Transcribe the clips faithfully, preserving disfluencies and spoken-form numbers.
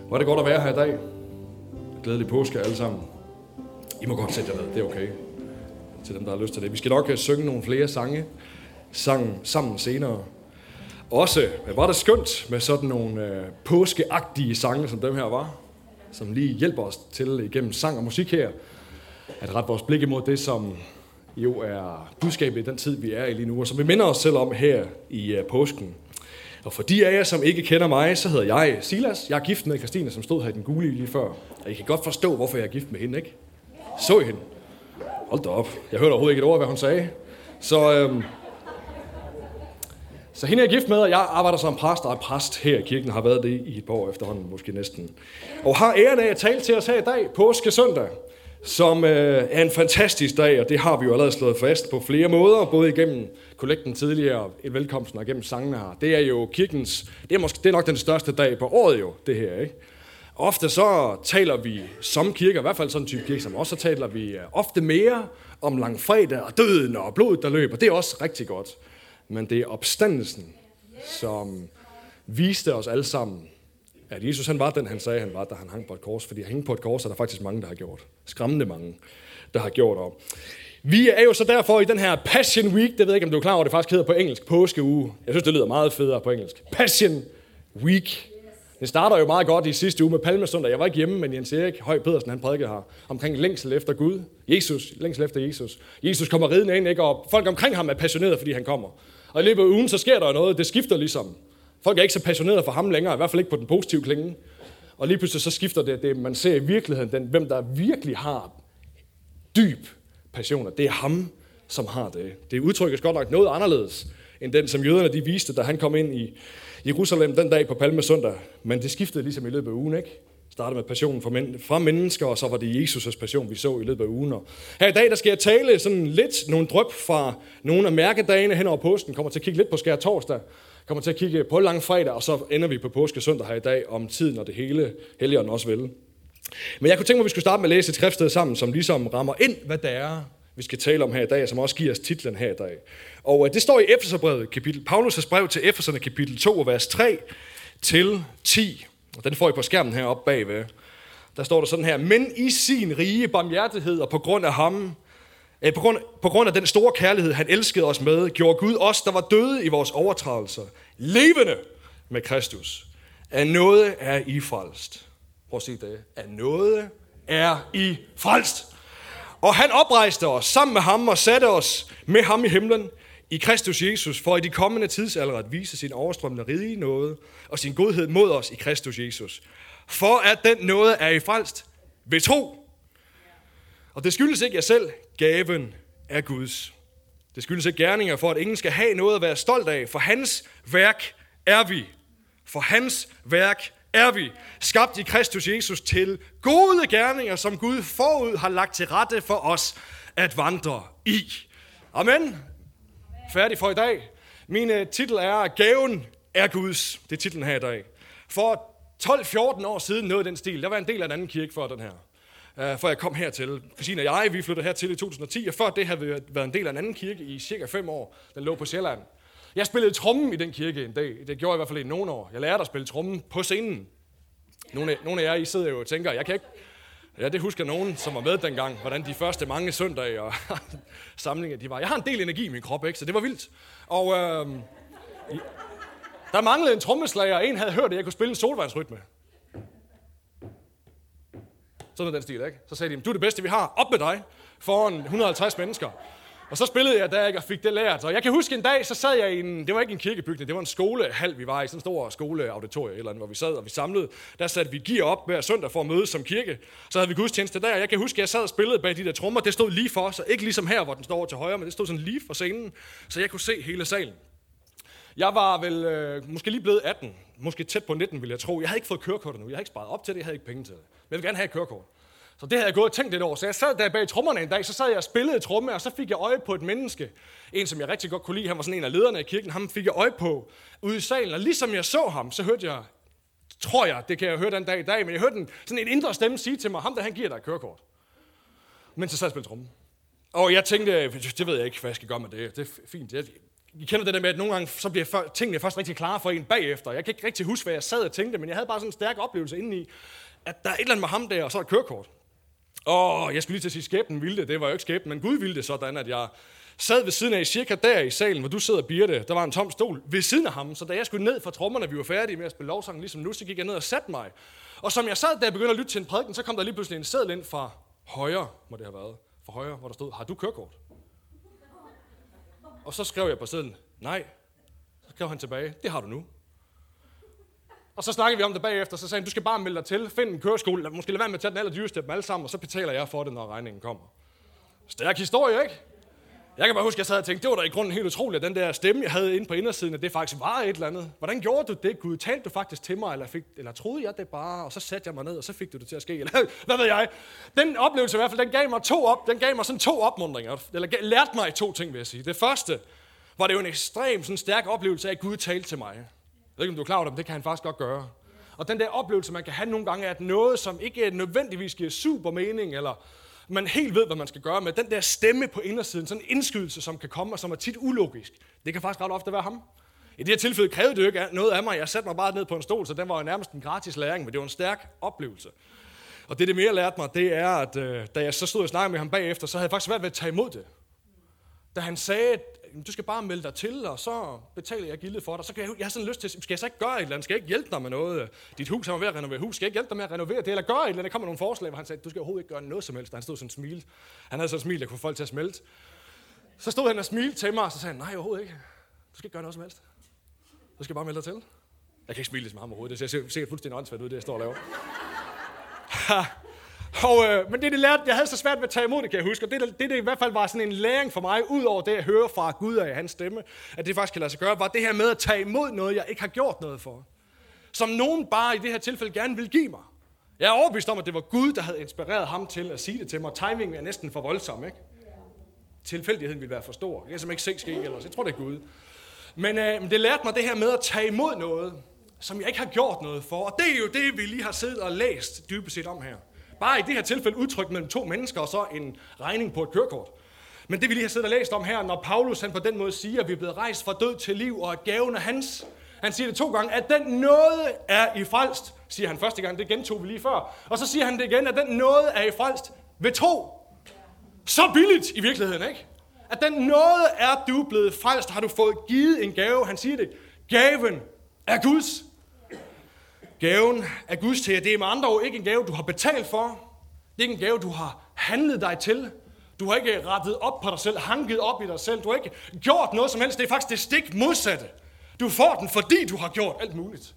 Hvor er det godt at være her i dag. Glædelig påske alle sammen. I må godt sætte jer ned, det er okay. Til dem, der har lyst til det. Vi skal nok synge nogle flere sange sang sammen senere. Også var det skønt med sådan nogle øh, påskeagtige sange, som dem her var, som lige hjælper os til igennem sang og musik her, at rette vores blik imod det, som jo er budskabet i den tid, vi er i lige nu, og som vi minder os selv om her i øh, påsken. Og for de af jer, som ikke kender mig, så hedder jeg Silas. Jeg er gift med Christine, som stod her i den gule lige før. Og I kan godt forstå, hvorfor jeg er gift med hende, ikke? Så I hende? Hold da op. Jeg hørte overhovedet ikke et ord, hvad hun sagde. Så, øhm, så hende er jeg gift med, og jeg arbejder som præst, og er præst her i kirken, har været det i et par år efterhånden, måske næsten. Og har æren af at tale til os her i dag, påske søndag, som øh, er en fantastisk dag, og det har vi jo allerede slået fast på flere måder, både igennem kollekten tidligere, et velkomsten og igennem sangene her. Det er jo kirkens, det er, måske, det er nok den største dag på året jo, det her, ikke? Ofte så taler vi som kirke, i hvert fald sådan en type kirke som os, så taler vi ofte mere om langfredag og døden og blodet, der løber. Det er også rigtig godt. Men det er opstandelsen, som viste os alle sammen, at Jesus han var den, han sagde, han var, da han hang på et kors. Fordi at hænge på et kors er der faktisk mange, der har gjort. Skræmmende mange, der har gjort op. Vi er jo så derfor i den her Passion Week, det ved jeg ikke, om du er klar over, det faktisk hedder på engelsk, påskeuge. Jeg synes, det lyder meget federe på engelsk. Passion Week. Det starter jo meget godt i sidste uge med Palmesøndag. Jeg var ikke hjemme, men Jens Erik Høj Pedersen, han prædikede her omkring længsel efter Gud. Jesus, længsel efter Jesus. Jesus kommer ridende ind, ikke? Og folk omkring ham er passionerede, fordi han kommer. Og i løbet af ugen, så sker der noget. Det skifter ligesom. Folk er ikke så passionerede for ham længere, i hvert fald ikke på den positive klinge. Og lige pludselig så skifter det, det man ser i virkeligheden, den, hvem der virkelig har dyb passioner. Det er ham, som har det. Det udtrykkes godt nok noget anderledes, end den, som jøderne de viste, da han kom ind i Jerusalem den dag på Palmesøndag. Men det skiftede ligesom i løbet af ugen, ikke? Startede med passionen fra, men- fra mennesker, og så var det Jesus' passion, vi så i løbet af ugen. Og her i dag, der skal jeg tale sådan lidt, nogle dryp fra nogle af mærkedagene hen over påsken. Kommer til at kigge lidt på skær torsdag, kommer til at kigge på langfredag, og så ender vi på påskesøndag her i dag om tiden, og det hele Helligånden også vil. Men jeg kunne tænke mig, at vi skulle starte med at læse et skriftsted sammen, som ligesom rammer ind, hvad det er, vi skal tale om her i dag, som også giver os titlen her i dag. Og det står i Efeserbrevet, kapitel, Paulus' brev til Efeserne, kapitel to, vers tre til ti. Og den får I på skærmen heroppe bagved. Der står der sådan her: men i sin rige barmhjertighed og på grund af ham, eh, på, grund, på grund af den store kærlighed, han elskede os med, gjorde Gud os, der var døde i vores overtrædelser, levende med Kristus. Af nåde er I frelst. Prøv at se det. Af nåde er I frelst. Og han oprejste os sammen med ham og satte os med ham i himlen i Kristus Jesus, for i de kommende tidsalder at vise sin overstrømmende rige nåde og sin godhed mod os i Kristus Jesus. For at den nåde er I frelst ved tro. Og det skyldes ikke jer selv, gaven er Guds. Det skyldes ikke gerninger, for at ingen skal have noget at være stolt af, for hans værk er vi. For hans værk er vi, skabt i Kristus Jesus til gode gerninger, som Gud forud har lagt til rette for os at vandre i. Amen. Færdig for i dag. Min uh, titel er Gaven er Guds. Det er titlen her i dag. For tolv fjorten år siden noget den stil. Der var en del af en anden kirke før den her. Uh, for jeg kom hertil. Christine og jeg, vi flyttede hertil i to tusind og ti, og før det havde vi været en del af en anden kirke i cirka fem år. Den lå på Sjælland. Jeg spillede trommen i den kirke en dag. Det gjorde jeg i hvert fald i nogle år. Jeg lærte at spille trommen på scenen. Nogle af, nogle af jer, I sidder jo og tænker, jeg kan ikke... Ja, det husker nogen, som var med dengang, hvordan de første mange søndage og samlinger, de var. Jeg har en del energi i min krop, ikke? Så det var vildt. Og øh, der manglede en trommeslager, og en havde hørt, at jeg kunne spille en solvejnsrytme. Sådan den stil, ikke? Så sagde de, du er det bedste, vi har. Op med dig foran et hundrede og halvtreds mennesker. Og så spillede jeg der, ikke, og fik det lært. Og jeg kan huske en dag, så sad jeg i en, det var ikke en kirkebygning, det var en skolehal, vi var i, sådan en stor skoleauditorie, eller andet, hvor vi sad, og vi samlede. Der satte vi gear op hver søndag for at mødes som kirke. Så havde vi gudstjeneste der, og jeg kan huske, at jeg sad og spillede bag de der trommer. Det stod lige for, så ikke ligesom her, hvor den står over til højre, men det stod sådan lige for scenen, så jeg kunne se hele salen. Jeg var vel øh, måske lige blevet atten, måske tæt på nitten, vil jeg tro. Jeg havde ikke fået kørekort endnu, jeg havde ikke sparet op til det, jeg havde ikke penge til det. Men jeg ville gerne have et kørekort. Så det havde jeg gået og tænkt lidt over. Så jeg sad der bag trommerne en dag, så sad jeg og spillede tromme, og så fik jeg øje på et menneske. En, som jeg rigtig godt kunne lide, han var sådan en af lederne i kirken, ham fik jeg øje på ude i salen. Og ligesom jeg så ham, så hørte jeg, tror jeg, det kan jeg høre den dag i dag, men jeg hørte en, sådan en indre stemme sige til mig, ham der han giver dig et kørekort. Men så sad jeg og spillede tromme. Og jeg tænkte, det ved jeg ikke, hvad jeg skal gøre med det. Det er fint. Jeg, I kender det der med, at nogle gange så bliver tingene først rigtig klare for en bagefter. Jeg kan ikke rigtig huske, hvad jeg sad og tænkte, men jeg havde bare sådan en stærk oplevelse indeni, at der er et eller andet med ham der, og så er der kørekort. Og jeg skulle lige til at sige, skæbnen ville det. Det var jo ikke skæbnen, men Gud ville det sådan, at jeg sad ved siden af, cirka der i salen, hvor du sidder, Birte. Der var en tom stol ved siden af ham, så da jeg skulle ned fra trommerne, vi var færdige med at spille lovsangen, ligesom nu, så gik jeg ned og satte mig. Og som jeg sad der og begyndte at lytte til en prædiken, så kom der lige pludselig en seddel ind fra højre, må det have været, fra højre, hvor der stod, har du kørekort? Og så skrev jeg på sedlen, nej. Så skrev han tilbage, det har du nu. Og så snakkede vi om det bagefter, så sagde han, du skal bare melde dig til, find en køreskole, måske lade være med at tage den allerdyreste af dem alle sammen, og så betaler jeg for det, når regningen kommer. Stærk historie, ikke? Jeg kan bare huske, at jeg sad og tænkte, det var da i grunden helt utroligt, at den der stemme, jeg havde inde på indersiden, at det faktisk var et eller andet. Hvordan gjorde du det, Gud? Talte du faktisk til mig, eller, fik, eller troede jeg det bare, og så satte jeg mig ned, og så fik du det til at ske? Eller hvad ved jeg? Den oplevelse i hvert fald, den gav mig to op, den gav mig sådan to opmuntringer, eller lærte mig to ting, vil jeg sige. Det første var det jo en ekstrem sådan stærk oplevelse af, at Gud talte til mig. Jeg ved ikke, om du er klar over det, men det kan han faktisk godt gøre. Og den der oplevelse, man kan have nogle gange, er, at noget, som ikke nødvendigvis giver super mening, eller man helt ved, hvad man skal gøre med, den der stemme på indersiden, sådan en indskydelse, som kan komme, og som er tit ulogisk, det kan faktisk ret ofte være ham. I det her tilfælde krævede det jo ikke noget af mig. Jeg satte mig bare ned på en stol, så den var jo nærmest en gratis læring, men det var en stærk oplevelse. Og det, det mere lærte mig, det er, at øh, da jeg så stod og snakkede med ham bagefter, så havde jeg faktisk svært ved at tage imod det. Da han sagde, at du skal bare melde dig til, og så betaler jeg gildet for dig, så kan jeg, jeg har sådan lyst til, skal jeg så ikke gøre et eller andet? Skal jeg ikke hjælpe dig med noget? Dit hus er ved at renovere hus. Skal jeg ikke hjælpe dig med at renovere det? Eller gøre et eller andet? Der kommer nogle forslag, hvor han sagde, du skal overhovedet ikke gøre noget som helst. Han stod sådan og smilte. Han havde sådan et smil, der kunne få folk til at smelte. Så stod han og smilte til mig, og så sagde han, nej, overhovedet ikke. Du skal ikke gøre noget som helst. Du skal bare melde dig til. Jeg kan ikke smile som ham overhovedet. Det ser sikkert fuldstændig åndssvagt ud, det jeg står og laver. Og, øh, men det, det lærte, jeg havde så svært ved at tage imod det, kan jeg huske. Og det, det, det i hvert fald var sådan en læring for mig, ud over det at høre fra Gud af hans stemme, at det faktisk kan lade sig gøre, var det her med at tage imod noget, jeg ikke har gjort noget for. Som nogen bare i det her tilfælde gerne vil give mig. Jeg er overbevist om, at det var Gud, der havde inspireret ham til at sige det til mig. Timingen er næsten for voldsom, ikke? Tilfældigheden ville være for stor. Jeg kan simpelthen ikke se ske ellers. Jeg tror, det er Gud. Men øh, det lærte mig det her med at tage imod noget, som jeg ikke har gjort noget for. Og det er jo det, vi lige har siddet og læst dybest set om her. Bare i det her tilfælde udtrykt mellem to mennesker, og så en regning på et kørekort. Men det vi lige har siddet og læst om her, når Paulus han på den måde siger, at vi er blevet rejst fra død til liv, og at gaven er hans. Han siger det to gange, at den nåde er i frelst, siger han første gang, det gentog vi lige før. Og så siger han det igen, at den nåde er i frelst ved tro. Så billigt i virkeligheden, ikke? At den nåde er du blevet frelst, har du fået givet en gave. Han siger det, gaven er Guds. Gaven er Guds til jer. Det er med andre ord ikke en gave, du har betalt for. Det er ikke en gave, du har handlet dig til. Du har ikke rettet op på dig selv, hanket op i dig selv. Du har ikke gjort noget som helst. Det er faktisk det stik modsatte. Du får den, fordi du har gjort alt muligt.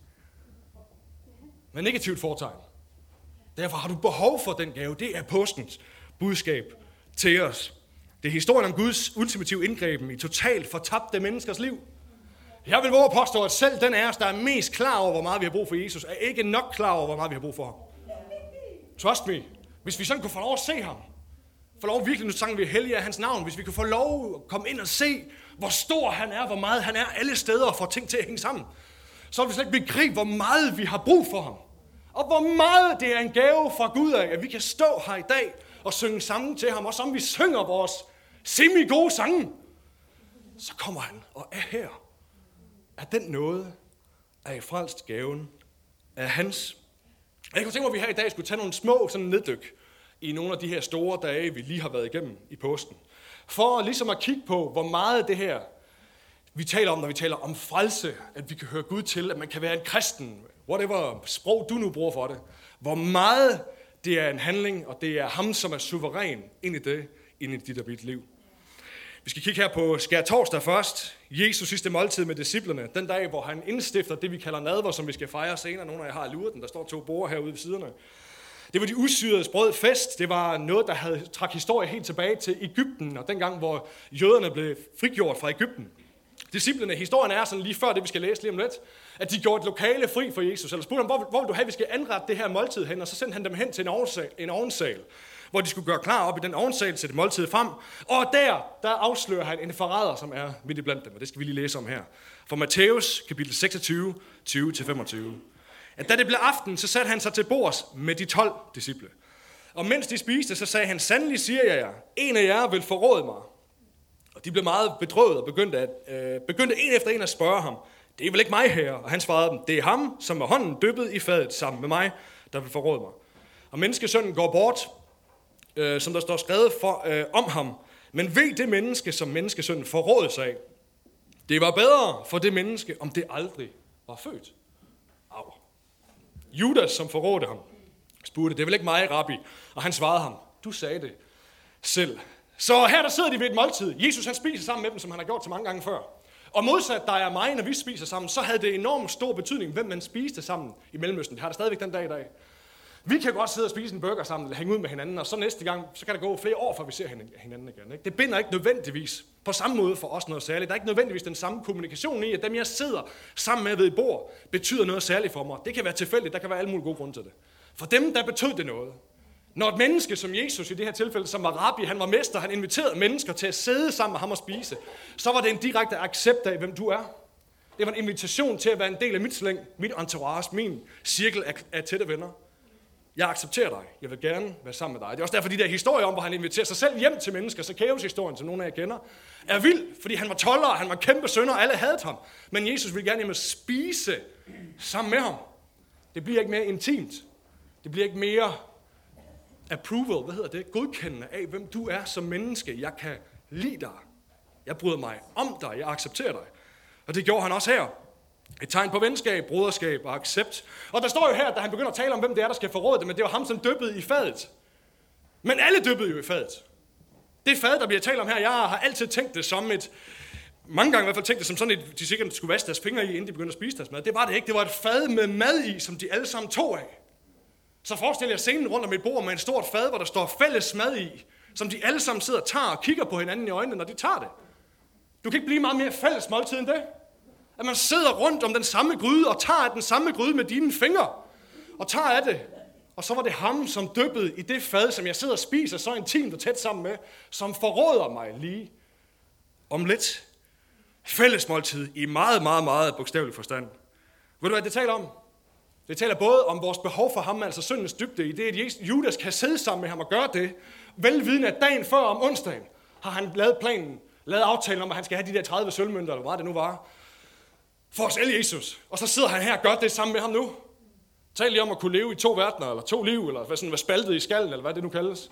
Med negativt fortegn. Derfor har du behov for den gave. Det er påskens budskab til os. Det er historien om Guds ultimative indgreben i totalt fortabte menneskers liv. Jeg vil våge at påstå, at selv den af os, der er mest klar over, hvor meget vi har brug for Jesus, er ikke nok klar over, hvor meget vi har brug for ham. Trust me. Hvis vi sådan kunne få lov at se ham, få lov virkelig, nu sang vi hellige af hans navn, hvis vi kunne få lov at komme ind og se, hvor stor han er, hvor meget han er alle steder og får ting til at hænge sammen, så vil vi slet ikke begribe, hvor meget vi har brug for ham. Og hvor meget det er en gave fra Gud af, at vi kan stå her i dag og synge sange til ham, og som vi synger vores semi-gode sange, så kommer han og er her. At den nåde er i frelst gaven af hans. Jeg kunne tænke mig, at vi her i dag skulle tage nogle små sådan neddyk i nogle af de her store dage, vi lige har været igennem i påsken. For ligesom at kigge på, hvor meget det her, vi taler om, når vi taler om frelse, at vi kan høre Gud til, at man kan være en kristen, whatever sprog du nu bruger for det. Hvor meget det er en handling, og det er ham, som er suveræn ind i det, ind i dit og mit liv. Vi skal kigge her på skærtorsdag først. Jesus sidste måltid med disciplerne. Den dag, hvor han indstifter det, vi kalder nadver, som vi skal fejre senere. Nogle af jer har luret den. Der står to borde herude ved siderne. Det var de usyrede brød fest. Det var noget, der havde trak historie helt tilbage til Egypten, og dengang, hvor jøderne blev frigjort fra Egypten. Disciplerne, historien er sådan lige før det, vi skal læse lige om lidt, at de gjorde et lokale fri for Jesus. Eller spurgte ham, hvor, hvor vil du have, vi skal anrette det her måltid hen? Og så sendte han dem hen til en ovnsal, en ovnsal, hvor de skulle gøre klar op i den ovnsal til det måltid frem. Og der, der afslører han en forræder, som er midt i blandt dem. Og det skal vi lige læse om her. For Matthæus, kapitel seksogtyve, tyve til femogtyve. At da det blev aften, så satte han sig til bords med de tolv disciple. Og mens de spiste, så sagde han, sandelig siger jeg jer, en af jer vil forråde mig. Og de blev meget bedrøvet og begyndte, at, øh, begyndte en efter en at spørge ham, det er vel ikke mig her? Og han svarede dem, det er ham, som med hånden dyppet i fadet sammen med mig, der vil forråde mig. Og menneskesønnen går bort, øh, som der står skrevet for, øh, om ham. Men ved det menneske, som menneskesønnen forrådes af. Det var bedre for det menneske, om det aldrig var født. Au. Judas, som forrådte ham, spurgte, det er vel ikke mig, rabbi? Og han svarede ham, du sagde det selv. Så her der sidder de ved et måltid. Jesus han spiser sammen med dem, som han har gjort så mange gange før. Og modsat dig og mig, når vi spiser sammen, så havde det enormt stor betydning, hvem man spiste sammen i Mellemøsten. Det har det stadigvæk den dag i dag. Vi kan godt sidde og spise en burger sammen, eller hænge ud med hinanden, og så næste gang, så kan det gå flere år, før vi ser hinanden igen. Ikke? Det binder ikke nødvendigvis på samme måde for os noget særligt. Der er ikke nødvendigvis den samme kommunikation i, at dem jeg sidder sammen med ved et bord, betyder noget særligt for mig. Det kan være tilfældigt, der kan være alle mulige gode grunde til det. For dem, der betød det noget. Når et menneske som Jesus i det her tilfælde, som var rabbi, han var mester, han inviterede mennesker til at sidde sammen med ham og spise, så var det en direkte accept af, hvem du er. Det var en invitation til at være en del af mit slæng, mit entourage, min cirkel af, af tætte venner. Jeg accepterer dig. Jeg vil gerne være sammen med dig. Det er også derfor, de der historier om, hvor han inviterer sig selv hjem til mennesker, så Zacchaeus-historien, som nogle af jer kender, er vild, fordi han var toldere, han var kæmpe synder, og alle havde ham. Men Jesus ville gerne hjem og spise sammen med ham. Det bliver ikke mere intimt. Det bliver ikke mere approval, hvad hedder det? Godkendende af, hvem du er som menneske. Jeg kan lide dig. Jeg bryder mig om dig. Jeg accepterer dig. Og det gjorde han også her. Et tegn på venskab, broderskab og accept. Og der står jo her, da han begynder at tale om, hvem det er, der skal forråde det, men det var ham, som dyppede i fadet. Men alle dyppede jo i fadet. Det fad, der bliver talt om her, jeg har altid tænkt det som et, mange gange i hvert fald tænkt det som sådan et, de sikkert skulle vaske deres fingre i, inden de begyndte at spise deres mad. Det var det ikke. Det var et fad med mad i, som de alle sammen tog af. Så forestil jer scenen rundt om et bord med et stort fad, hvor der står fælles mad i, som de alle sammen sidder og tager og kigger på hinanden i øjnene, når de tager det. Du kan ikke blive meget mere fælles måltid end det. At man sidder rundt om den samme gryde og tager af den samme gryde med dine fingre. Og tager af det. Og så var det ham, som dyppede i det fad, som jeg sidder og spiser så intimt og tæt sammen med, som forråder mig lige om lidt. Fælles måltid i meget, meget, meget bogstavelig forstand. Ved du hvad det taler om? Det taler både om vores behov for ham, altså syndens dybde i det, at Judas kan sidde sammen med ham og gøre det, velvidende at dagen før om onsdagen har han lavet planen, lavet aftalen om, at han skal have de der tredive sølvmønter, eller hvad det nu var, for at sælge Jesus. Og så sidder han her og gør det sammen med ham nu. Tal lige om at kunne leve i to verdener, eller to liv, eller hvad sådan, være spaltet i skallen, eller hvad det nu kaldes.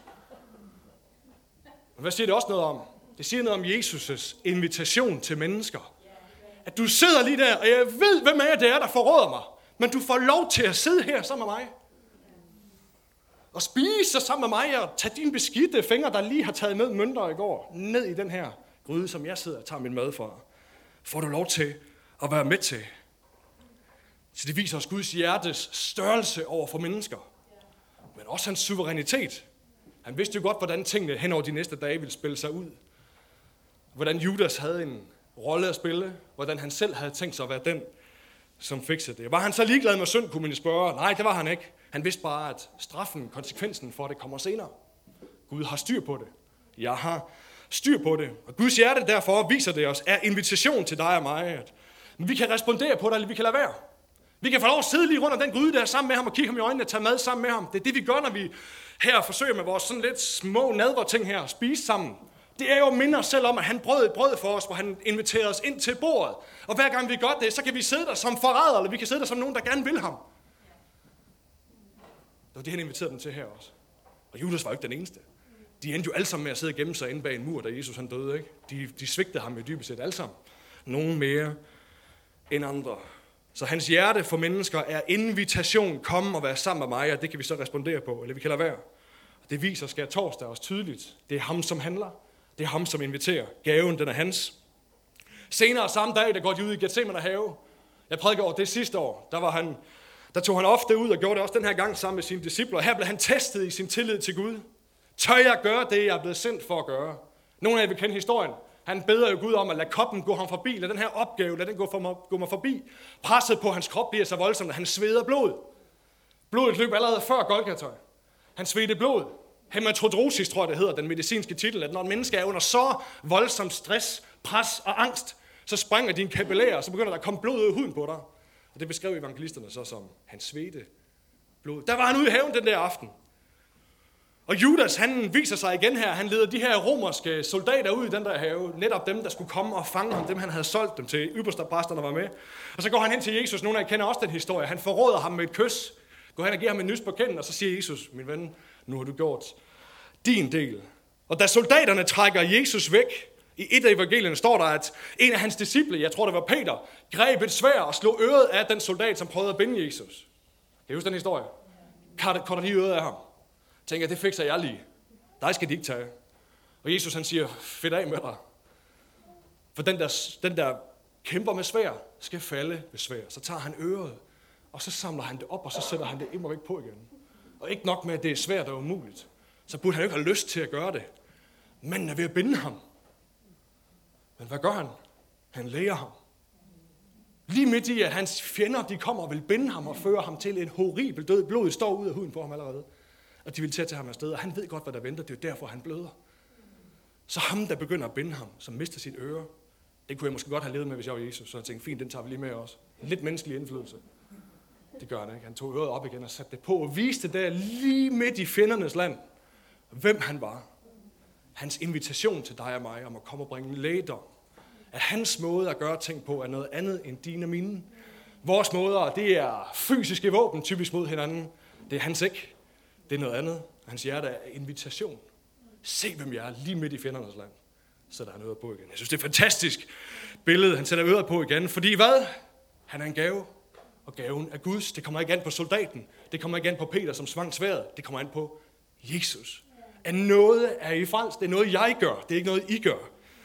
Og hvad siger det også noget om? Det siger noget om Jesus' invitation til mennesker. At du sidder lige der, og jeg ved, hvem af det er, der forråder mig. Men du får lov til at sidde her sammen med mig. Og spise sammen med mig, og tage dine beskidte fingre, der lige har taget med mønter i går, ned i den her gryde, som jeg sidder og tager min mad fra. Får du lov til at være med til. Så det viser os Guds hjertes størrelse over for mennesker. Men også hans suverænitet. Han vidste jo godt, hvordan tingene hen over de næste dage ville spille sig ud. Hvordan Judas havde en rolle at spille. Hvordan han selv havde tænkt sig at være den, som fikset det. Var han så ligeglad med synd, kunne man spørge. Nej, det var han ikke. Han vidste bare, at straffen, konsekvensen for det kommer senere. Gud har styr på det. Jeg har styr på det. Og Guds hjerte derfor viser det os, er invitation til dig og mig, at vi kan respondere på det, eller vi kan lade være. Vi kan få lov at sidde lige rundt om den gryde der sammen med ham og kigge ham i øjnene og tage mad sammen med ham. Det er det, vi gør, når vi her forsøger med vores sådan lidt små nadverting her at spise sammen. Det er jo at minde os selv om, at han brød et brød for os, hvor han inviterer os ind til bordet. Og hver gang vi gør det, så kan vi sidde der som forrædere, eller vi kan sidde der som nogen, der gerne vil ham. Det var det, han inviterede dem til her også. Og Judas var jo ikke den eneste. De endte jo alle sammen med at sidde og gemme sig inde bag en mur, da Jesus han døde. Ikke? De, de svigtede ham jo dybest set alle sammen. Nogen mere end andre. Så hans hjerte for mennesker er invitation, kom og være sammen med mig, og det kan vi så respondere på, eller vi kan lade være. Det viser skær torsdag også tydeligt. Det er ham, som handler. Det er ham, som inviterer. Gaven, den er hans. Senere samme dag, der går de ud i Getsemane have. Jeg prædikede over det sidste år. Der, var han, der tog han ofte ud og gjorde det også den her gang sammen med sine discipler. Her blev han testet i sin tillid til Gud. Tør jeg gøre det, jeg er blevet sendt for at gøre? Nogle af jer vil kende historien. Han beder jo Gud om at lade koppen gå ham forbi. Lad den her opgave, lad den gå, for mig, gå mig forbi. Presset på hans krop bliver så voldsomt, at han sveder blod. Blodet løb allerede før Golgata. Han svedte blod. Hematodrosis, tror jeg det hedder, den medicinske titel, at når et menneske er under så voldsom stress, pres og angst, så springer dine kapillærer, og så begynder der at komme blod ud af huden på dig. Og det beskrev evangelisterne så som, han svedte blod. Der var han ude i haven den der aften. Og Judas, han viser sig igen her. Han leder de her romerske soldater ud i den der have. Netop dem, der skulle komme og fange ham. Dem, han havde solgt dem til. Ypperstepræsterne var med. Og så går han hen til Jesus. Nogle af jer kender også den historie. Han forråder ham med et kys. Går hen og giver ham en nys på kinden. Og så siger Jesus, min ven, nu har du gjort din del. Og da soldaterne trækker Jesus væk, i et af evangelierne står der, at en af hans disciple, jeg tror det var Peter, greb et sværd og slog øret af den soldat, som prøvede at binde Jesus. Kan I huske den historie? Korter de øret af ham. Tænker, det fikser jeg lige. Dig skal de ikke tage. Og Jesus han siger, fedt af med dig. For den der, den der kæmper med svær, skal falde ved svær. Så tager han øret, og så samler han det op, og så sætter han det immer væk på igen. Og ikke nok med, at det er svært og umuligt. Så burde han jo ikke have lyst til at gøre det. Manden er ved at binde ham. Men hvad gør han? Han læger ham. Lige midt i, at hans fjender de kommer og vil binde ham og føre ham til en horribel død. Blodet står ud af huden på ham allerede. Og de vil til at tage ham afsted, og han ved godt, hvad der venter. Det er derfor, han bløder. Så ham, der begynder at binde ham, som mister sit øre, det kunne jeg måske godt have levet med, hvis jeg var Jesus. Så jeg tænkte, fint, den tager vi lige med også. Lidt menneskelig indflydelse. Det gør han ikke. Han tog øret op igen og satte det på og viste der lige midt i fjendernes land, hvem han var. Hans invitation til dig og mig om at komme og bringe lægedom. At hans måde at gøre ting på er noget andet end dine og mine. Vores måder, det er fysiske våben, typisk mod hinanden. Det er hans ikke. Det er noget andet. Hans hjerte er invitation. Se, hvem jeg er lige midt i fjendernes land. Så sætter han øret på igen. Jeg synes, det er et fantastisk billede. Han sætter øret på igen. Fordi hvad? Han er en gave. Og gaven er Guds. Det kommer ikke an på soldaten. Det kommer ikke an på Peter, som svang sværdet. Det kommer an på Jesus. At noget er i frelst. Det er noget, jeg gør. Det er ikke noget, I gør.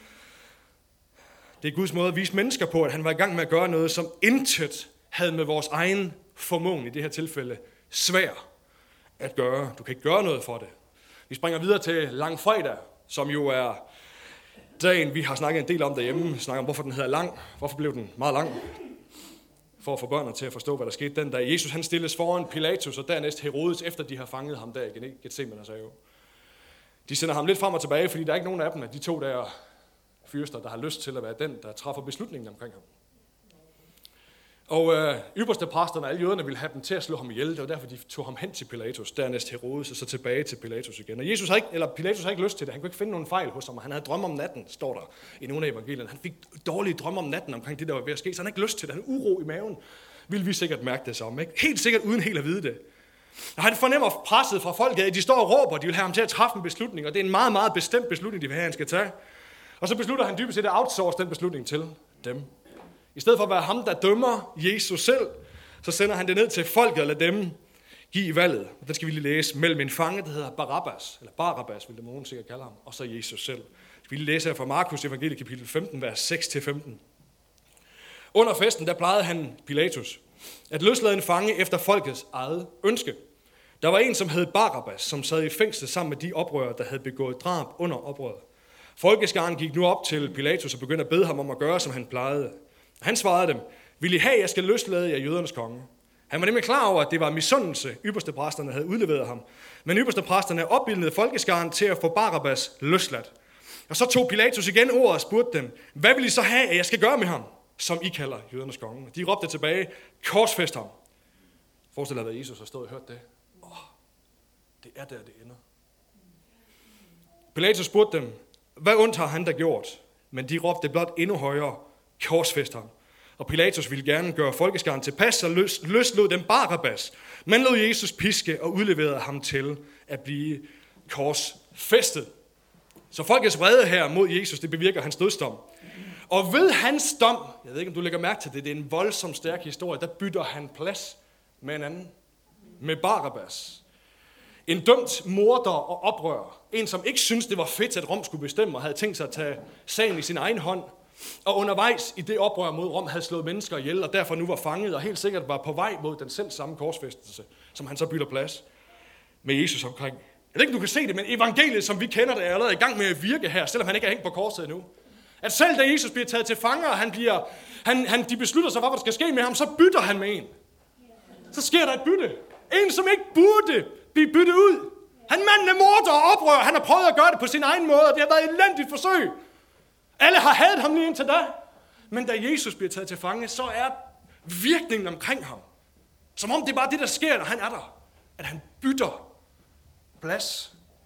Det er Guds måde at vise mennesker på, at han var i gang med at gøre noget, som intet havde med vores egen formåen, i det her tilfælde, svær at gøre. Du kan ikke gøre noget for det. Vi springer videre til langfredag, som jo er dagen, vi har snakket en del om derhjemme. Vi snakker om, hvorfor den hedder lang. Hvorfor blev den meget lang? For at få børnene til at forstå, hvad der skete den dag. Jesus han stilles foran Pilatus, og dernæst Herodes, efter de har fanget ham der i Gethsemanes have. De sender ham lidt frem og tilbage, fordi der er ikke nogen af dem, af de to der fyrster, der har lyst til at være den, der træffer beslutningen omkring ham. Og øh, ypperstepræsterne og alle jøderne ville have dem til at slå ham ihjel. Det var derfor, de tog ham hen til Pilatus, dernæst Herodes, og så tilbage til Pilatus igen. Og Jesus har ikke, eller Pilatus har ikke lyst til det. Han kunne ikke finde nogen fejl hos ham, og han havde drømme om natten, står der i nogle af evangelierne. Han fik dårlige drømme om natten omkring det, der var ved at ske, så han har ikke lyst til det. Han har uro i maven. Vil vi sikkert mærke det som, ikke? Helt sikkert uden helt at vide det. Og han fornemmer presset fra folket, at de står og råber, de vil have ham til at træffe en beslutning, og det er en meget, meget bestemt beslutning, de vil have, han skal tage. Og så beslutter han dybest set at outsource den beslutning til dem. I stedet for at være ham, der dømmer Jesus selv, så sender han det ned til folket og lader dem give valget. Og den skal vi lige læse mellem en fange, der hedder Barabbas, eller Barabbas, vil det nogen sikkert kalde ham, og så Jesus selv. Så vi lige læse her fra Markus evangelie kapitel femten, vers seks til femten. Under festen, der plejede han, Pilatus, at løslade en fange efter folkets eget ønske. Der var en, som hed Barabbas, som sad i fængsel sammen med de oprørere, der havde begået drab under oprøret. Folkeskaren gik nu op til Pilatus og begyndte at bede ham om at gøre, som han plejede. Han svarede dem, vil I have, at jeg skal løslade jer jødernes konge? Han var nemlig klar over, at det var misundelse, ypperstepræsterne havde udleveret ham. Men ypperstepræsterne opbildede folkeskaren til at få Barabbas løsladt. Og så tog Pilatus igen ordet og spurgte dem, hvad vil I så have, at jeg skal gøre med ham, som I kalder jødernes konge? De råbte tilbage, korsfæst ham. Forestil dig, at Jesus har stået og hørt det. Åh, det er der, det ender. Pilatus spurgte dem, hvad ondt har han der gjort? Men de råbte blot endnu højere, korsfæst ham. Og Pilatus ville gerne gøre folkeskaren tilpas og løs, løslod dem Barabbas, men lod Jesus piske og udleverede ham til at blive korsfæstet. Så folkets vrede her mod Jesus, det bevirker hans dødsdom. Og ved hans dom, jeg ved ikke om du lægger mærke til det, det er en voldsomt stærk historie, der bytter han plads med en anden, med Barabbas. En dømt morder og oprører. En, som ikke syntes, det var fedt, at Rom skulle bestemme, og havde tænkt sig at tage sagen i sin egen hånd. Og undervejs i det oprør mod Rom havde slået mennesker ihjel, og derfor nu var fanget, og helt sikkert var på vej mod den selv samme korsfæstelse, som han så bytter plads med Jesus omkring. Jeg ved ikke, du kan se det, men evangeliet, som vi kender det, er allerede i gang med at virke her, selvom han ikke er hængt på korset endnu. At selv da Jesus bliver taget til fange, og han bliver, han, han, de beslutter sig, hvad der skal ske med ham, så bytter han med en. Så sker der et bytte. En, som ikke burde blive byttet ud. Han manden er morder og oprør. Han har prøvet at gøre det på sin egen måde, og det har været et elendigt forsøg. Alle har hadet ham lige indtil da. Men da Jesus bliver taget til fange, så er virkningen omkring ham, som om det er bare det, der sker, når han er der. At han bytter plads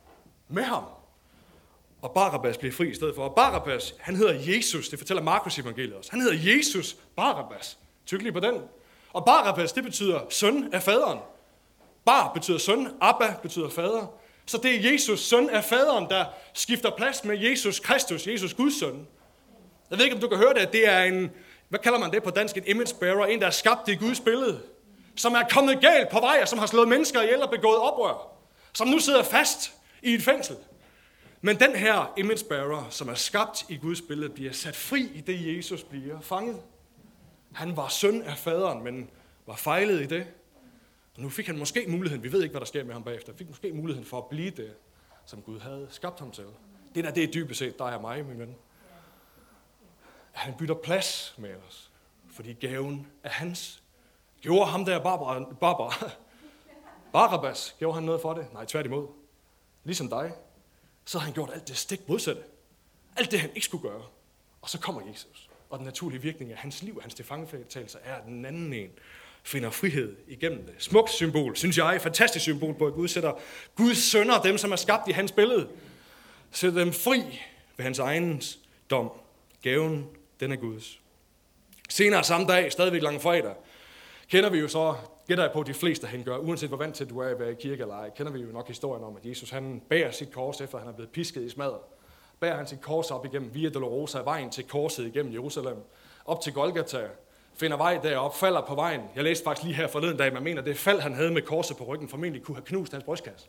med ham. Og Barabbas bliver fri i stedet for. Og Barabbas, han hedder Jesus. Det fortæller Markus evangeliet også. Han hedder Jesus Barabbas. Tyk lige på den. Og Barabbas, det betyder søn af faderen. Bar betyder søn. Abba betyder fader. Så det er Jesus, søn af faderen, der skifter plads med Jesus Kristus, Jesus Guds søn. Jeg ved ikke, om du kan høre det. Det er en, hvad kalder man det på dansk? En image bearer. En, der er skabt i Guds billede. Som er kommet galt på vej, og som har slået mennesker ihjel og begået oprør. Som nu sidder fast i et fængsel. Men den her image bearer, som er skabt i Guds billede, bliver sat fri i det, Jesus bliver fanget. Han var søn af faderen, men var fejlet i det. Og nu fik han måske muligheden, vi ved ikke, hvad der sker med ham bagefter, fik måske muligheden for at blive det, som Gud havde skabt ham til. Det der, det er dybest set dig og mig, min ven. Han bytter plads med os, fordi gaven er hans. Gjorde ham der Barbara, Barbara, Barabbas, gjorde han noget for det? Nej, tværtimod. Ligesom dig, så har han gjort alt det stik modsatte. Alt det, han ikke skulle gøre. Og så kommer Jesus. Og den naturlige virkning af hans liv, hans tilfangetagelser, er, at den anden en finder frihed igennem det. Smukt symbol, synes jeg, fantastisk symbol på, at Gud sætter Guds sønner, dem som er skabt i hans billede, sætter dem fri ved hans egen dom. Gaven, den er Guds. Senere samme dag, stadigvæk langfredag, kender vi jo så, gætter jeg på, de fleste han gør, uanset hvor vant til du er at være i kirke eller ej, kender vi jo nok historien om, at Jesus han bærer sit kors, efter han er blevet pisket i smadret. Bærer han sit kors op igennem Via Dolorosa, vejen til korset igennem Jerusalem, op til Golgata, finder vej derop, falder på vejen. Jeg læste faktisk lige her forleden dag, man mener, det fald, han havde med korset på ryggen, formentlig kunne have knust hans brystkasse.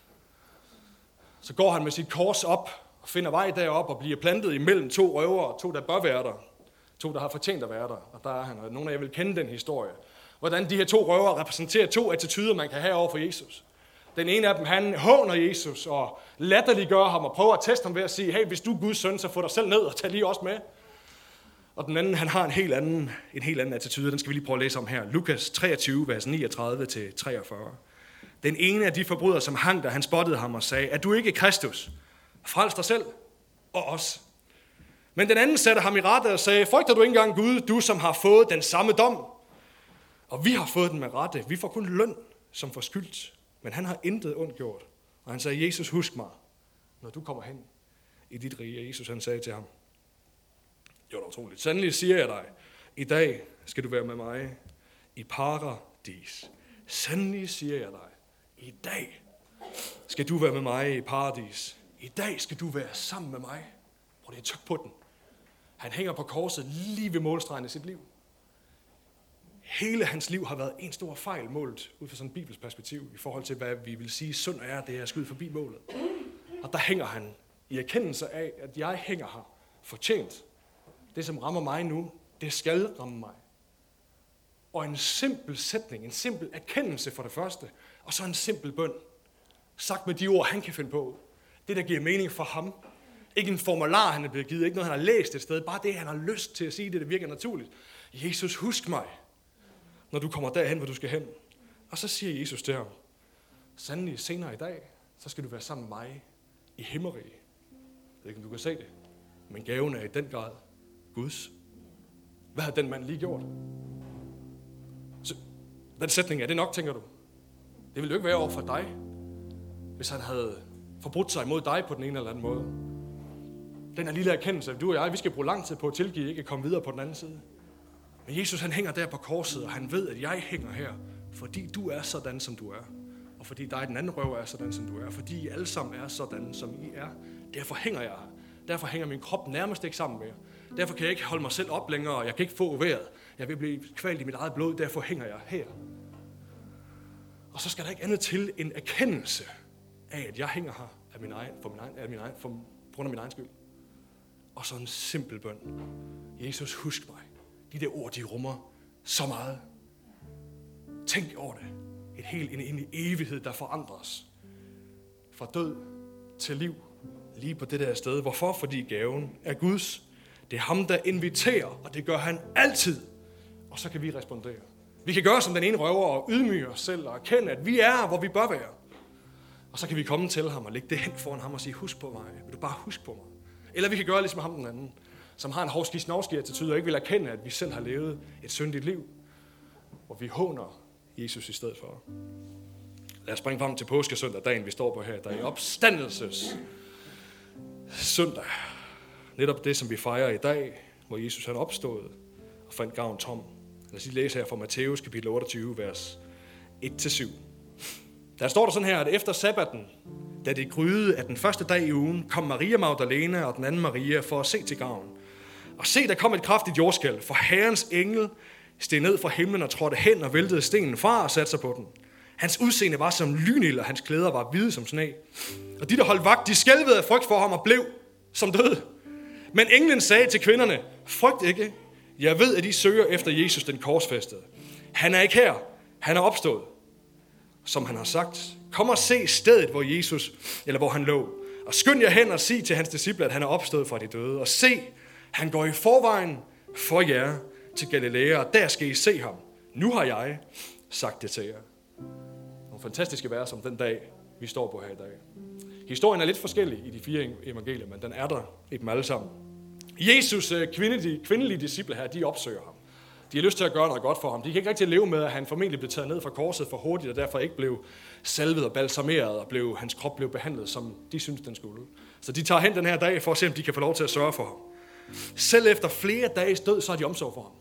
Så går han med sit kors op, og finder vej derop og bliver plantet imellem to røvere, to der bør være der, to der har fortjent at være der, og der er han, og nogle af jer vil kende den historie. Hvordan de her to røvere repræsenterer to attityder, man kan have over for Jesus. Den ene af dem, han håner Jesus og latterliggør ham og prøver at teste ham ved at sige, hey, hvis du er Guds søn, så få dig selv ned og tag lige også med. Og den anden, han har en helt anden, en helt anden attitude, den skal vi lige prøve at læse om her. Lukas treogtyve, vers niogtredive til treogfyrre. Den ene af de forbrydere, som hang der, han spottede ham og sagde, er du ikke Kristus? Frels dig selv og os. Men den anden satte ham i rette og sagde, frygter du ikke engang Gud, du som har fået den samme dom? Og vi har fået den med rette. Vi får kun løn som forskyldt. Men han har intet ondt gjort. Og han sagde, Jesus, husk mig, når du kommer hen i dit rige. Og Jesus, han sagde til ham, det var da utroligt. Sandelig siger jeg dig, i dag skal du være med mig i paradis. Sandelig siger jeg dig, i dag skal du være med mig i paradis. I dag skal du være sammen med mig. Prøv lige at tykke på den. Han hænger på korset lige ved målstregen i sit liv. Hele hans liv har været en stor fejl målt ud fra sådan et bibelsk perspektiv i forhold til, hvad vi vil sige, synd er, det er at skyde forbi målet. Og der hænger han i erkendelse af, at jeg hænger her fortjent. Det, som rammer mig nu, det skal ramme mig. Og en simpel sætning, en simpel erkendelse for det første, og så en simpel bøn, sagt med de ord, han kan finde på. Det, der giver mening for ham. Ikke en formular, han er blevet givet, ikke noget, han har læst et sted, bare det, han har lyst til at sige, det, det virker naturligt. Jesus, husk mig, når du kommer derhen, hvor du skal hen. Og så siger Jesus til ham, sandelig senere i dag, så skal du være sammen med mig i himmerige. Jeg ved ikke, om du kan se det, men gaven er i den grad Guds. Hvad har den mand lige gjort? Så, den sætning, er det nok, tænker du? Det ville jo ikke være over for dig, hvis han havde forbrudt sig imod dig på den ene eller anden måde. Den her lille erkendelse, du og jeg, vi skal bruge lang tid på at tilgive, ikke at komme videre på den anden side. Men Jesus, han hænger der på korset, og han ved, at jeg hænger her, fordi du er sådan, som du er. Og fordi dig, den anden røver, er sådan, som du er. Fordi I alle sammen er sådan, som I er. Derfor hænger jeg her. Derfor hænger min krop nærmest ikke sammen med jer. Derfor kan jeg ikke holde mig selv op længere, og jeg kan ikke få vejret. Jeg vil blive kvalt i mit eget blod, derfor hænger jeg her. Og så skal der ikke andet til en erkendelse af, at jeg hænger her af min egen, for min egen, af min egen, for, på grund af min egen skyld. Og så en simpel bøn. Jesus, husk mig. De der ord, de rummer så meget. Tænk over det. Et helt, en, en evighed, der forandrer os. Fra død til liv. Lige på det der sted. Hvorfor? Fordi gaven er Guds. Det er ham, der inviterer, og det gør han altid. Og så kan vi respondere. Vi kan gøre som den ene røver og ydmyge os selv og erkende, at vi er, hvor vi bør være. Og så kan vi komme til ham og lægge det hen foran ham og sige, husk på mig. Vil du bare huske på mig? Eller vi kan gøre ligesom ham den anden, som har en hovski-snovski attitude og ikke vil erkende, at vi selv har levet et syndigt liv, hvor vi håner Jesus i stedet for. Lad os springe frem til påskesøndag, dagen vi står på her. Der er opstandelses søndag. Netop det, som vi fejrer i dag, hvor Jesus han opstod og fandt graven tom. Lad os lige læse her fra Matthæus kapitel otteogtyve, vers et til syv. Der står der sådan her, at efter sabbaten, da det gryede af den første dag i ugen, kom Maria Magdalene og den anden Maria for at se til graven. Og se, der kom et kraftigt jordskælv, for Herrens engel steg ned fra himlen og trådte hen og væltede stenen fra og satte sig på den. Hans udseende var som lynild, og hans klæder var hvide som sne. Og de, der holdt vagt, de skælvede af frygt for ham og blev som døde. Men englen sagde til kvinderne, frygt ikke. Jeg ved, at I søger efter Jesus, den korsfæstede. Han er ikke her. Han er opstået. Som han har sagt, kom og se stedet, hvor Jesus, eller hvor han lå. Og skynd jer hen og sig til hans disciple, at han er opstået fra de døde. Og se, han går i forvejen for jer til Galilea, og der skal I se ham. Nu har jeg sagt det til jer. Nogle fantastiske vers om den dag, vi står på her i dag. Historien er lidt forskellig i de fire evangelier, men den er der i dem alle sammen. Jesus' kvindelige, kvindelige disciple her, de opsøger ham. De har lyst til at gøre noget godt for ham. De kan ikke rigtig leve med, at han formentlig blev taget ned fra korset for hurtigt, og derfor ikke blev salvet og balsameret, og blev, hans krop blev behandlet, som de synes den skulle. Så de tager hen den her dag for at se, om de kan få lov til at sørge for ham. Selv efter flere dages død, så har de omsorg for ham.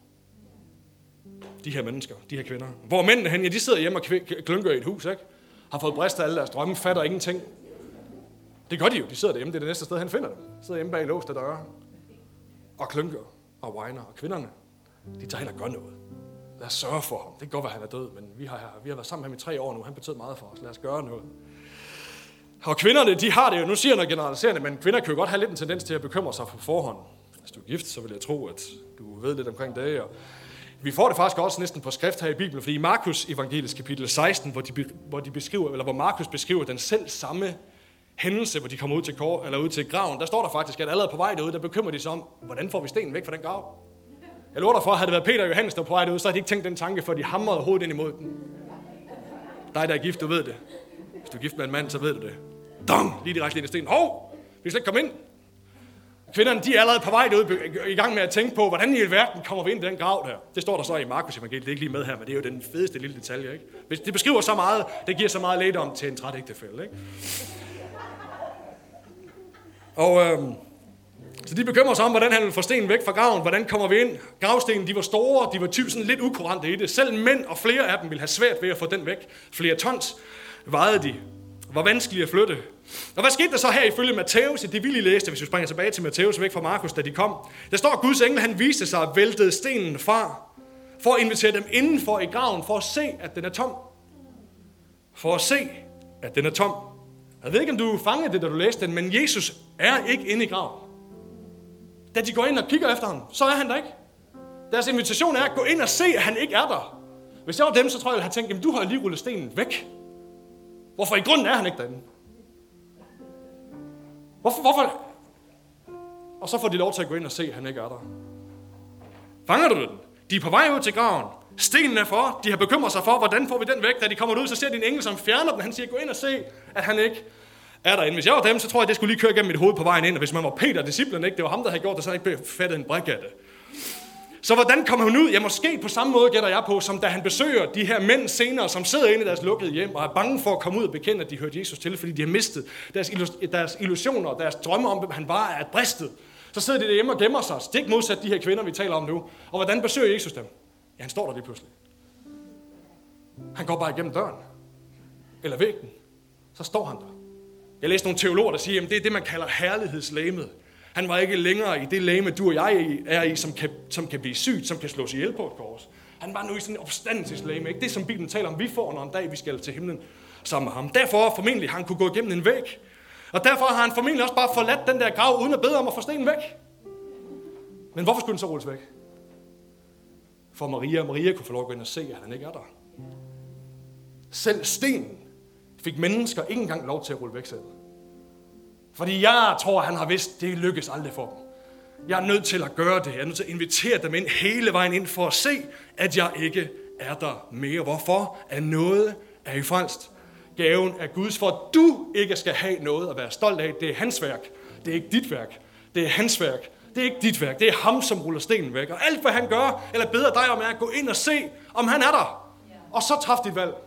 De her mennesker, de her kvinder. Hvor mændene hen, ja, de sidder hjemme og klynker i et hus, ikke? Har fået brist af alle deres drømme, fatter ingenting. Det gør de jo, de sidder derhjemme, det er det næste sted, han finder dem. De sidder hjemme bag låste døre og klynker og whiner. Og kvinderne, de tager hen og gør noget. Lad os sørge for ham. Det kan godt være, han er død, men vi har, vi har været sammen med ham i tre år nu. Han betød meget for os. Lad os gøre noget. Og kvinderne, de har det jo, nu siger jeg noget generaliserende, men kvinder kan jo godt have lidt en tendens til at bekymre sig på forhånd. Hvis du er gift, så vil jeg tro, at du ved lidt omkring det. Og vi får det faktisk også næsten på skrift her i Bibelen, fordi i Markus evangelisk kapitel seksten, hvor de, hvor de beskriver, eller hvor Markus beskriver den selv samme hændelse, hvor de kommer ud til, kor, eller ud til graven, der står der faktisk, at allerede på vej derude, der bekymrer de sig om, hvordan får vi stenen væk fra den grav? Jeg lover dig for, at havde det været Peter og Johannes, der var på vej derude, så havde de ikke tænkt den tanke, for de hamrede hovedet ind imod den. Dig, der er gift, du ved det. Hvis du er gift med en mand, så ved du det. Dong! Lige direkte ind i stenen. Hov! Vi skal ikke komme ind. Kvinderne, de er allerede på vej derude i gang med at tænke på, hvordan i alverden kommer vi ind i den grav der. Det står der så i Markus evangeliet, det er ikke lige med her, men det er jo den fedeste lille detalje, ikke? Det beskriver så meget, det giver så meget lægedom til en træt ægtefælle, ikke? Og øhm, så de bekymrer sig om, hvordan han vil få stenen væk fra graven, hvordan kommer vi ind. Gravstenen, de var store, de var typisk sådan lidt ukurante i det. Selv mænd og flere af dem ville have svært ved at få den væk. Flere tons vejede de. Var vanskelige at flytte. Og hvad skete der så her ifølge Matthæus? Det vil I læse, hvis vi springer tilbage til Matthæus væk fra Markus, da de kom. Der står, at Guds engel, han viste sig og væltede stenen fra, for at invitere dem indenfor i graven, for at se, at den er tom. For at se, at den er tom. Jeg ved ikke, om du fangede det, da du læste den, men Jesus er ikke inde i graven. Da de går ind og kigger efter ham, så er han der ikke. Deres invitation er at gå ind og se, at han ikke er der. Hvis jeg var dem, så tror jeg, at jeg havde tænkt, at du har lige rullet stenen væk. Hvorfor i grunden er han ikke derinde? Hvorfor, hvorfor? Og så får de lov til at gå ind og se, at han ikke er der. Fanger du den? De er på vej ud til graven. Stenen er for. De har bekymret sig for, hvordan får vi den væk. Da de kommer ud, så ser de en engel, som fjerner den. Han siger, gå ind og se, at han ikke er derinde. Hvis jeg var dem, så tror jeg, at det skulle lige køre gennem mit hoved på vejen ind. Og hvis man var Peter, disciplen, ikke? Det var ham, der havde gjort det, så han ikke fattet en brik af det. Så hvordan kommer hun ud? Ja, måske på samme måde gætter jeg på, som da han besøger de her mænd senere, som sidder inde i deres lukkede hjem og er bange for at komme ud og bekende, at de hørte Jesus til, fordi de har mistet deres, illus- deres illusioner og deres drømme om, hvem han var, er bristet. Så sidder de derhjemme og gemmer sig, stik modsat de her kvinder, vi taler om nu. Og hvordan besøger Jesus dem? Ja, han står der lige pludselig. Han går bare igennem døren. Eller væggen. Så står han der. Jeg læste nogle teologer, der siger, at det er det, man kalder herlighedslægemet. Han var ikke længere i det lægeme, du og jeg er i, som kan, som kan blive sygt, som kan slås ihjel på et kors. Han var nu i sådan en opstandelseslægeme. Ikke det, som Bibelen taler om, vi får, når en dag vi skal til himlen sammen med ham. Derfor formentlig har han kunne gå igennem en væg. Og derfor har han formentlig også bare forladt den der grav, uden at bede om at få stenen væk. Men hvorfor skulle den så rulles væk? For Maria, Maria kunne få lov at gå ind og se, at han ikke er der. Selv stenen fik mennesker ikke engang lov til at rulle væk selv. Fordi jeg tror, han har vidst, det lykkes aldrig for dem. Jeg er nødt til at gøre det. Jeg er nødt til at invitere dem ind hele vejen ind for at se, at jeg ikke er der mere. Hvorfor? At noget er i frelst. Gaven er Guds, for at du ikke skal have noget at være stolt af. Det er hans værk. Det er ikke dit værk. Det er hans værk. Det er ikke dit værk. Det er ham, som ruller stenen væk. Og alt, hvad han gør, eller beder dig om, er at gå ind og se, om han er der. Og så træf dit valg.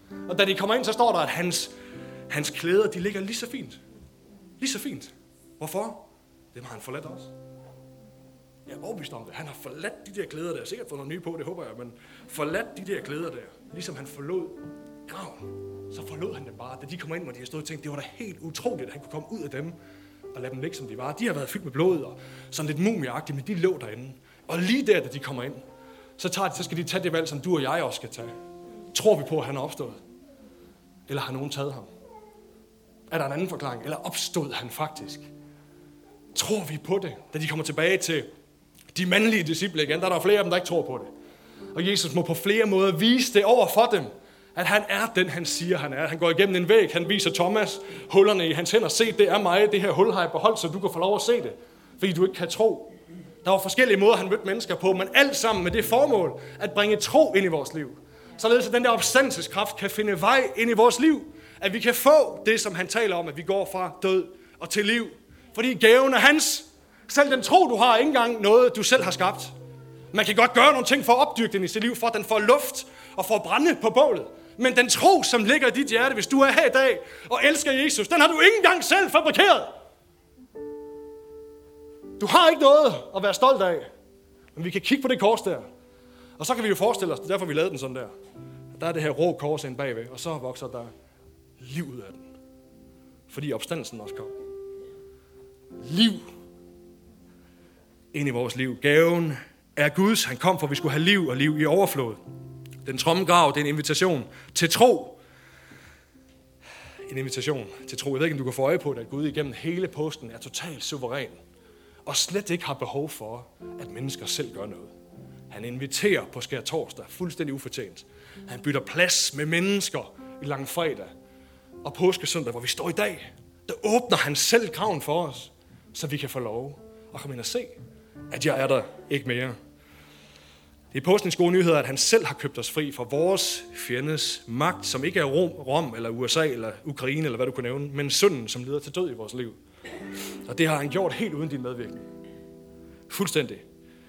Og da de kommer ind, så står der, at hans, hans klæder, de ligger lige så fint. Lige så fint. Hvorfor? Dem har han forladt også. Jeg er overbevist om det. Han har forladt de der klæder der. Sikkert fået noget nye på, det håber jeg. Men forladt de der klæder der. Ligesom han forlod graven. Så forlod han dem bare. Da de kommer ind, hvor de har stået og tænkt, det var da helt utroligt, at han kunne komme ud af dem og lade dem ligge, som de var. De har været fyldt med blod og sådan lidt mumieagtigt, men de lå derinde. Og lige der, da de kommer ind, så, tager de, så skal de tage det valg, som du og jeg også skal tage. Tror vi på, at han er opstået? Eller har nogen taget ham? Er der en anden forklaring? Eller opstod han faktisk? Tror vi på det? Da de kommer tilbage til de mandlige disciple igen, der er der flere af dem, der ikke tror på det. Og Jesus må på flere måder vise det over for dem, at han er den, han siger, han er. Han går igennem en væg, han viser Thomas hullerne i hans hænder. Se, det er mig, det her hul har jeg beholdt, så du kan få lov at se det, fordi du ikke kan tro. Der var forskellige måder, han mødte mennesker på, men alt sammen med det formål at bringe tro ind i vores liv. Således at den der opstandelseskraft kan finde vej ind i vores liv. At vi kan få det, som han taler om, at vi går fra død og til liv. Fordi gaven er hans. Selv den tro, du har, er ikke engang noget, du selv har skabt. Man kan godt gøre nogle ting for at opdyrke den i sit liv, for at den får luft og får brænde på bålet. Men den tro, som ligger i dit hjerte, hvis du er her i dag og elsker Jesus, den har du ikke engang selv fabrikeret. Du har ikke noget at være stolt af. Men vi kan kigge på det kors der. Og så kan vi jo forestille os, det er derfor vi lavede den sådan der. Der er det her rå kors inde bagved, og så vokser der liv ud af den. Fordi opstandelsen også kom. Liv ind i vores liv. Gaven er Guds. Han kom for, at vi skulle have liv og liv i overflod. Den tomme grav, det er en invitation til tro. En invitation til tro. Jeg ved ikke, om du kan få øje på det, at Gud igennem hele påsken er totalt suveræn. Og slet ikke har behov for, at mennesker selv gør noget. Han inviterer på skærtorsdag, fuldstændig ufortjent. Han bytter plads med mennesker i langfredag og påskesøndag, hvor vi står i dag. Der åbner han selv graven for os, så vi kan få lov at komme ind og se, at jeg er der ikke mere. Det er påskens gode nyheder, at han selv har købt os fri fra vores fjendes magt, som ikke er Rom, Rom eller U S A eller Ukraine eller hvad du kunne nævne, men synden, som leder til død i vores liv. Og det har han gjort helt uden din medvirkning. Fuldstændig.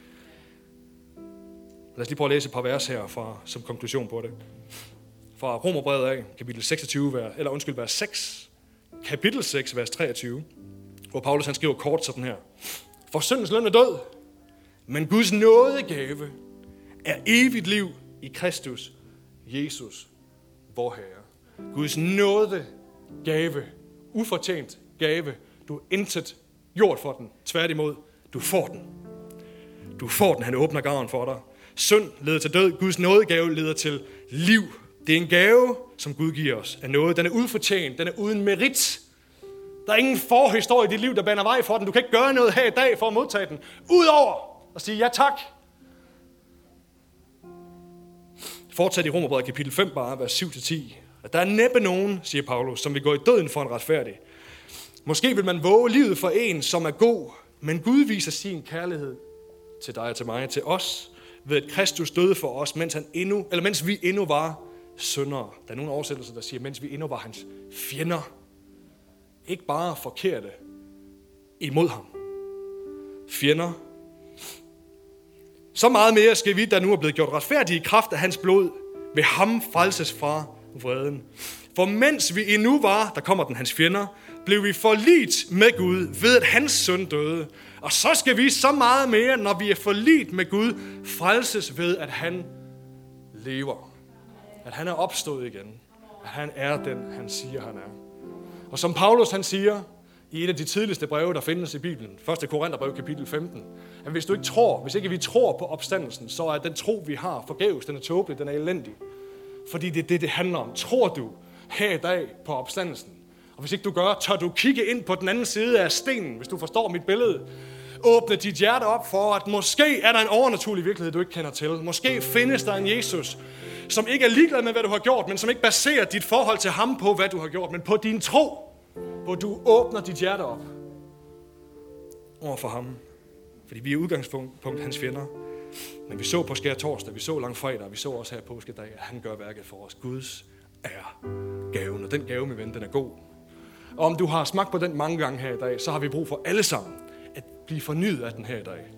Lad os lige prøve at læse et par vers her fra, som konklusion på det. Fra Romerbrevet af, kapitel seksogtyve, eller undskyld, vers seks. Kapitel seks, vers treogtyve. Hvor Paulus han skriver kort sådan her. For syndens løn er død, men Guds nådegave er evigt liv i Kristus, Jesus, vor Herre. Guds nådegave, ufortjent gave. Du har intet gjort for den. Tværtimod, du får den. Du får den, han åbner graven for dig. Synd leder til død, Guds nådegave leder til liv. Det er en gave, som Gud giver os af noget. Den er ufortjent, den er uden merit. Der er ingen forhistorie i dit liv, der baner vej for den. Du kan ikke gøre noget her i dag for at modtage den. Udover at sige ja tak. Fortsat i Romerbrevet kapitel fem, bare vers syv til ti. At der er næppe nogen, siger Paulus, som vil gå i døden for en retfærdig. Måske vil man våge livet for en, som er god, men Gud viser sin kærlighed til dig og til mig, til os, ved at Kristus døde for os, mens, han endnu, eller mens vi endnu var syndere. Der er nogle oversættelser, der siger, mens vi endnu var hans fjender. Ikke bare forkerte imod ham. Fjender. Så meget mere skal vi, der nu er blevet gjort retfærdige i kraft af hans blod, ved ham frelses fra vreden. For mens vi endnu var, der kommer den hans fjender, blev vi forligt med Gud, ved at hans søn døde. Og så skal vi så meget mere, når vi er forligt med Gud, frelses ved, at han lever. At han er opstået igen. At han er den, han siger, han er. Og som Paulus han siger, i et af de tidligste breve, der findes i Bibelen, første Korintherbrev kapitel femten, at hvis du ikke tror, hvis ikke vi tror på opstandelsen, så er den tro, vi har, forgæves, den er tåbelig, den er elendig. Fordi det er det, det handler om. Tror du her i dag på opstandelsen? Og hvis ikke du gør, tør du kigge ind på den anden side af stenen, hvis du forstår mit billede. Åbne dit hjerte op for, at måske er der en overnaturlig virkelighed, du ikke kender til. Måske findes der en Jesus, som ikke er ligeglad med, hvad du har gjort, men som ikke baserer dit forhold til ham på, hvad du har gjort, men på din tro, hvor du åbner dit hjerte op over for ham. Fordi vi er udgangspunkt hans fjender. Men vi så på skærtorsdag, vi så langfredag, og vi så også her påskedag, at han gør værket for os. Guds er gaven, og den gave, min ven, den er god. Og om du har smagt på den mange gange her i dag, så har vi brug for alle sammen at blive fornyet af den her i dag.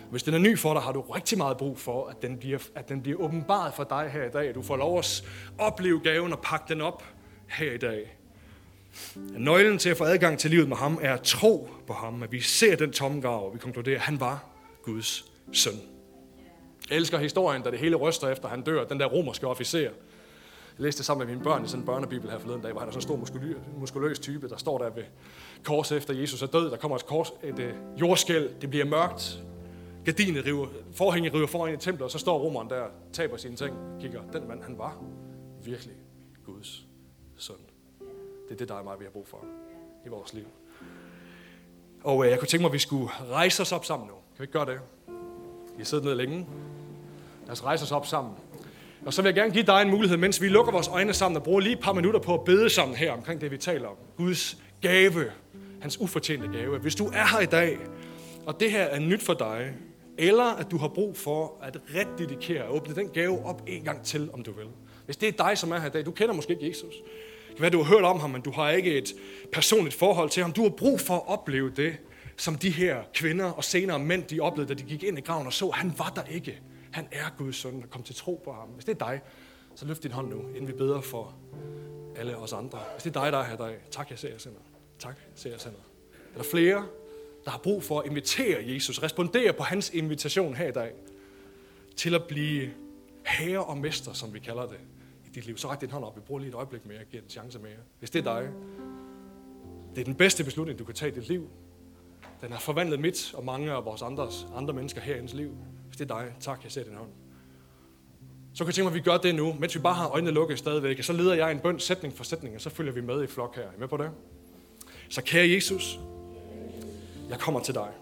Hvis den er ny for dig, har du rigtig meget brug for, at den bliver, at den bliver åbenbaret for dig her i dag. Du får lov at opleve gaven og pakke den op her i dag. Nøglen til at få adgang til livet med ham er at tro på ham, at vi ser den tomme grav, og vi konkluderer, at han var Guds søn. Jeg elsker historien, da det hele ryster efter, han dør, den der romerske officer. Jeg læste det sammen med mine børn i sådan en børnebibel her forleden dag, hvor han er sådan en stor muskuløs, muskuløs type, der står der ved korset efter Jesus er død. Der kommer et, kors, et øh, jordskælv, det bliver mørkt. Gardinet river, forhænget river foran i templet, og så står romeren der, taber sine ting, kigger. Den mand, han var virkelig Guds søn. Det er det, der er meget, vi har brug for i vores liv. Og øh, jeg kunne tænke mig, at vi skulle rejse os op sammen nu. Kan vi ikke gøre det? Vi har siddet ned længe. Lad os rejse os op sammen. Og så vil jeg gerne give dig en mulighed, mens vi lukker vores øjne sammen og bruger lige et par minutter på at bede sammen her omkring det, vi taler om. Guds gave. Hans ufortjente gave. Hvis du er her i dag, og det her er nyt for dig, eller at du har brug for at rededikere og åbne den gave op en gang til, om du vil. Hvis det er dig, som er her i dag, du kender måske ikke Jesus. Det kan være, du har hørt om ham, men du har ikke et personligt forhold til ham. Du har brug for at opleve det, som de her kvinder og senere mænd, de oplevede, da de gik ind i graven og så, han var der ikke. Han er Guds søn, der kom til tro på ham. Hvis det er dig, så løft din hånd nu, inden vi beder for alle os andre. Hvis det er dig, der er her i dag, tak, jeg ser jer sender. Tak, jeg ser jer sender. Er der flere, der har brug for at invitere Jesus, respondere på hans invitation her i dag, til at blive herre og mester, som vi kalder det, i dit liv, så ræk din hånd op. Vi bruger lige et øjeblik mere, giver en chance mere. Hvis det er dig, det er den bedste beslutning, du kan tage i dit liv. Den har forvandlet mit og mange af vores andres, andre mennesker herindens liv. Hvis det er dig, tak, jeg ser din hånd. Så kan jeg tænke mig, at vi gør det nu, mens vi bare har øjnene lukket stadigvæk. Og så leder jeg en bøn sætning for sætning, og så følger vi med i flok her. Er I med på det? Så kære Jesus, jeg kommer til dig.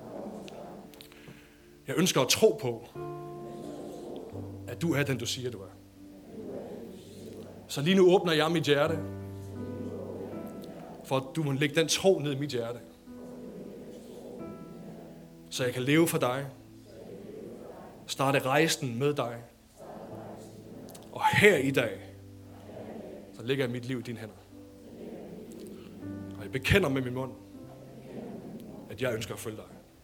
Jeg ønsker at tro på, at du er den, du siger, du er. Så lige nu åbner jeg mit hjerte, for at du må lægge den tro ned i mit hjerte. Så jeg kan leve for dig, starte rejsen med dig. Og her i dag, så lægger jeg mit liv i dine hænder. Og jeg bekender med min mund, at jeg ønsker at følge dig.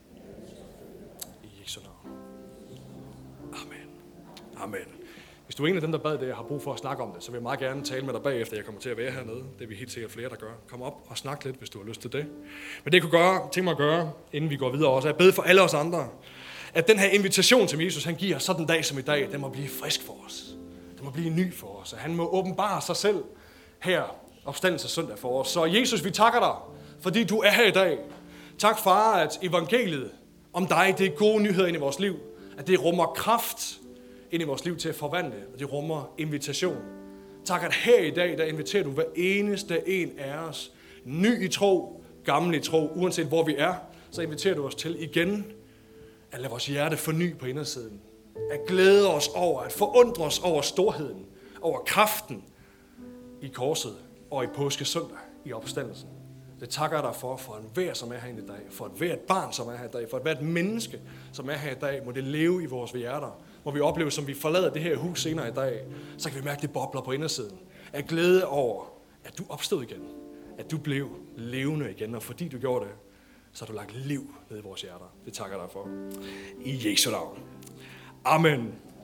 I Jesu navn. Amen. Amen. Hvis du er en af dem, der bad det, jeg har brug for at snakke om det, så vil jeg meget gerne tale med dig bagefter, jeg kommer til at være hernede. Det er vi helt sikkert flere, der gør. Kom op og snak lidt, hvis du har lyst til det. Men det jeg kunne gøre, tænke mig at gøre, inden vi går videre også, er at bede for alle os andre, at den her invitation, som Jesus han giver sådan en dag som i dag, den må blive frisk for os. Den må blive ny for os. Og han må åbenbare sig selv her opstandelse søndag for os. Så Jesus, vi takker dig, fordi du er her i dag. Tak, far, at evangeliet om dig, det er gode nyheder ind i vores liv. At det rummer kraft ind i vores liv til at forvandle, og det rummer invitation. Tak, at her i dag, der inviterer du hver eneste en af os, ny i tro, gammel i tro, uanset hvor vi er, så inviterer du os til igen at lade vores hjerte forny på indersiden. At glæde os over, at forundre os over storheden, over kraften i korset og i påskesøndag i opstandelsen. Det takker jeg dig for, for enhver, som er her i dag, for hvert barn, som er her i dag, for hvert menneske, som er her i dag, må det leve i vores hjerter. Må vi opleve, som vi forlader det her hus senere i dag, så kan vi mærke, at det bobler på indersiden. At glæde over, at du opstod igen. At du blev levende igen, og fordi du gjorde det, så har du lagt liv ned i vores hjerter. Det takker jeg dig for. I Jesu navn. Amen.